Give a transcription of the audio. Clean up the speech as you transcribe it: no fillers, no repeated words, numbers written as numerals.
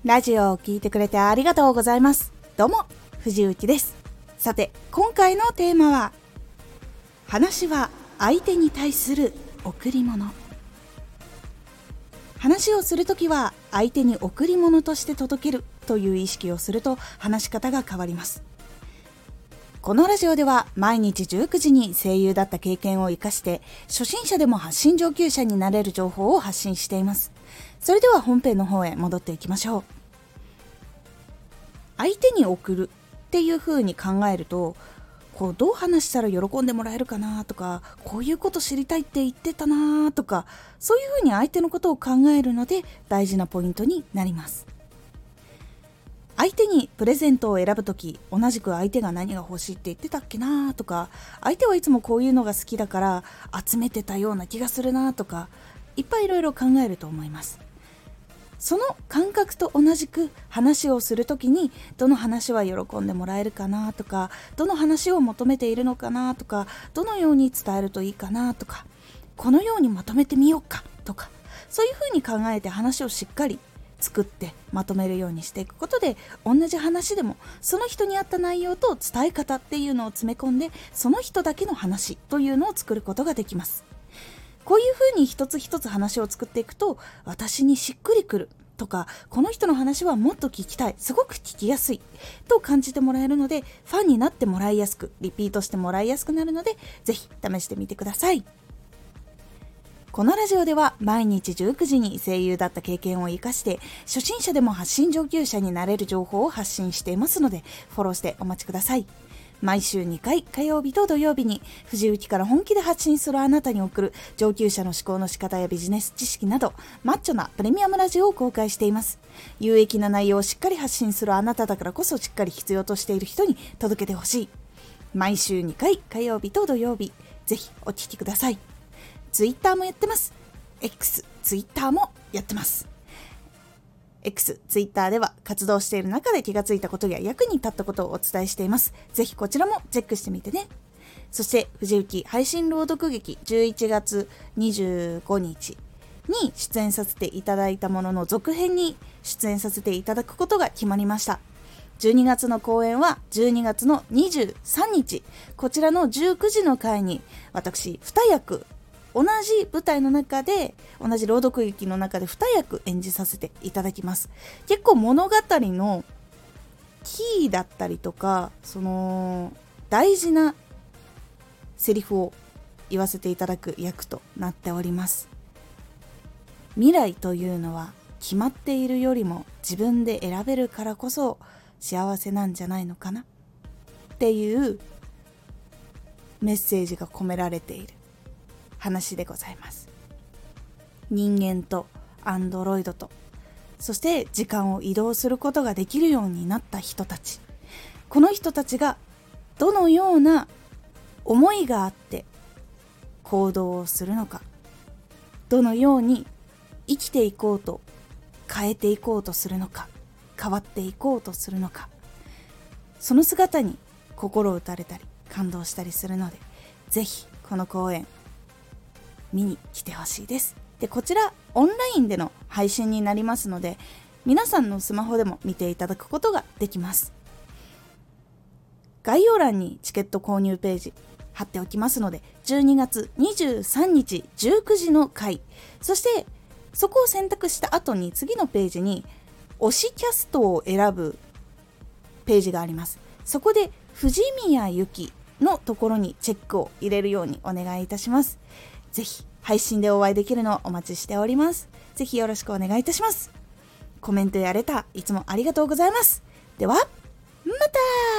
ラジオを聞いてくれてありがとうございます。どうも、藤幸です。さて、今回のテーマは、話は相手に対する贈り物。話をするときは相手に贈り物として届けるという意識をすると話し方が変わります。このラジオでは毎日19時に声優だった経験を生かして初心者でも発信上級者になれる情報を発信しています。それでは本編の方へ戻っていきましょう。相手に贈るっていう風に考えると、どう話したら喜んでもらえるかなとか、こういうこと知りたいって言ってたなとか、そういう風に相手のことを考えるので大事なポイントになります。相手にプレゼントを選ぶとき、同じく相手が何が欲しいって言ってたっけなとか、相手はいつもこういうのが好きだから集めてたような気がするなとか、いっぱいいろいろ考えると思います。その感覚と同じく話をするときに、どの話は喜んでもらえるかなとか、どの話を求めているのかなとか、どのように伝えるといいかなとか、このようにまとめてみようかとか、そういうふうに考えて話をしっかり作ってまとめるようにしていくことで、同じ話でもその人に合った内容と伝え方っていうのを詰め込んで、その人だけの話というのを作ることができます。こういうふうに一つ一つ話を作っていくと、私にしっくりくるとか、この人の話はもっと聞きたい、すごく聞きやすいと感じてもらえるので、ファンになってもらいやすく、リピートしてもらいやすくなるので、ぜひ試してみてください。このラジオでは毎日19時に声優だった経験を生かして初心者でも発信上級者になれる情報を発信していますので、フォローしてお待ちください。毎週2回、火曜日と土曜日に藤幸から本気で発信するあなたに送る上級者の思考の仕方やビジネス知識などマッチョなプレミアムラジオを公開しています。有益な内容をしっかり発信するあなただからこそ、しっかり必要としている人に届けてほしい。毎週2回、火曜日と土曜日、ぜひお聞きください。ツイッターもやってます。X、ツイッターもやってます。X、ツイッターでは活動している中で気がついたことや役に立ったことをお伝えしています。ぜひこちらもチェックしてみてね。そして藤幸配信朗読劇11月25日に出演させていただいたものの続編に出演させていただくことが決まりました。12月の公演は12月の23日、こちらの19時の回に私2役、同じ舞台の中で、同じ朗読劇の中で2役演じさせていただきます。結構物語のキーだったりとか、その大事なセリフを言わせていただく役となっております。未来というのは決まっているよりも自分で選べるからこそ幸せなんじゃないのかなっていうメッセージが込められている話でございます。人間とアンドロイドと、そして時間を移動することができるようになった人たち、この人たちがどのような思いがあって行動をするのか、どのように生きていこうと変えていこうとするのか、変わっていこうとするのか、その姿に心を打たれたり感動したりするので、ぜひこの公演見に来てほしいです。で、こちらオンラインでの配信になりますので、皆さんのスマホでも見ていただくことができます。概要欄にチケット購入ページ貼っておきますので、12月23日19時の回、そしてそこを選択した後に次のページに推しキャストを選ぶページがあります。そこで藤宮ゆきのところにチェックを入れるようにお願いいたします。ぜひ配信でお会いできるのをお待ちしております。ぜひよろしくお願いいたします。コメントやレターいつもありがとうございます。ではまた。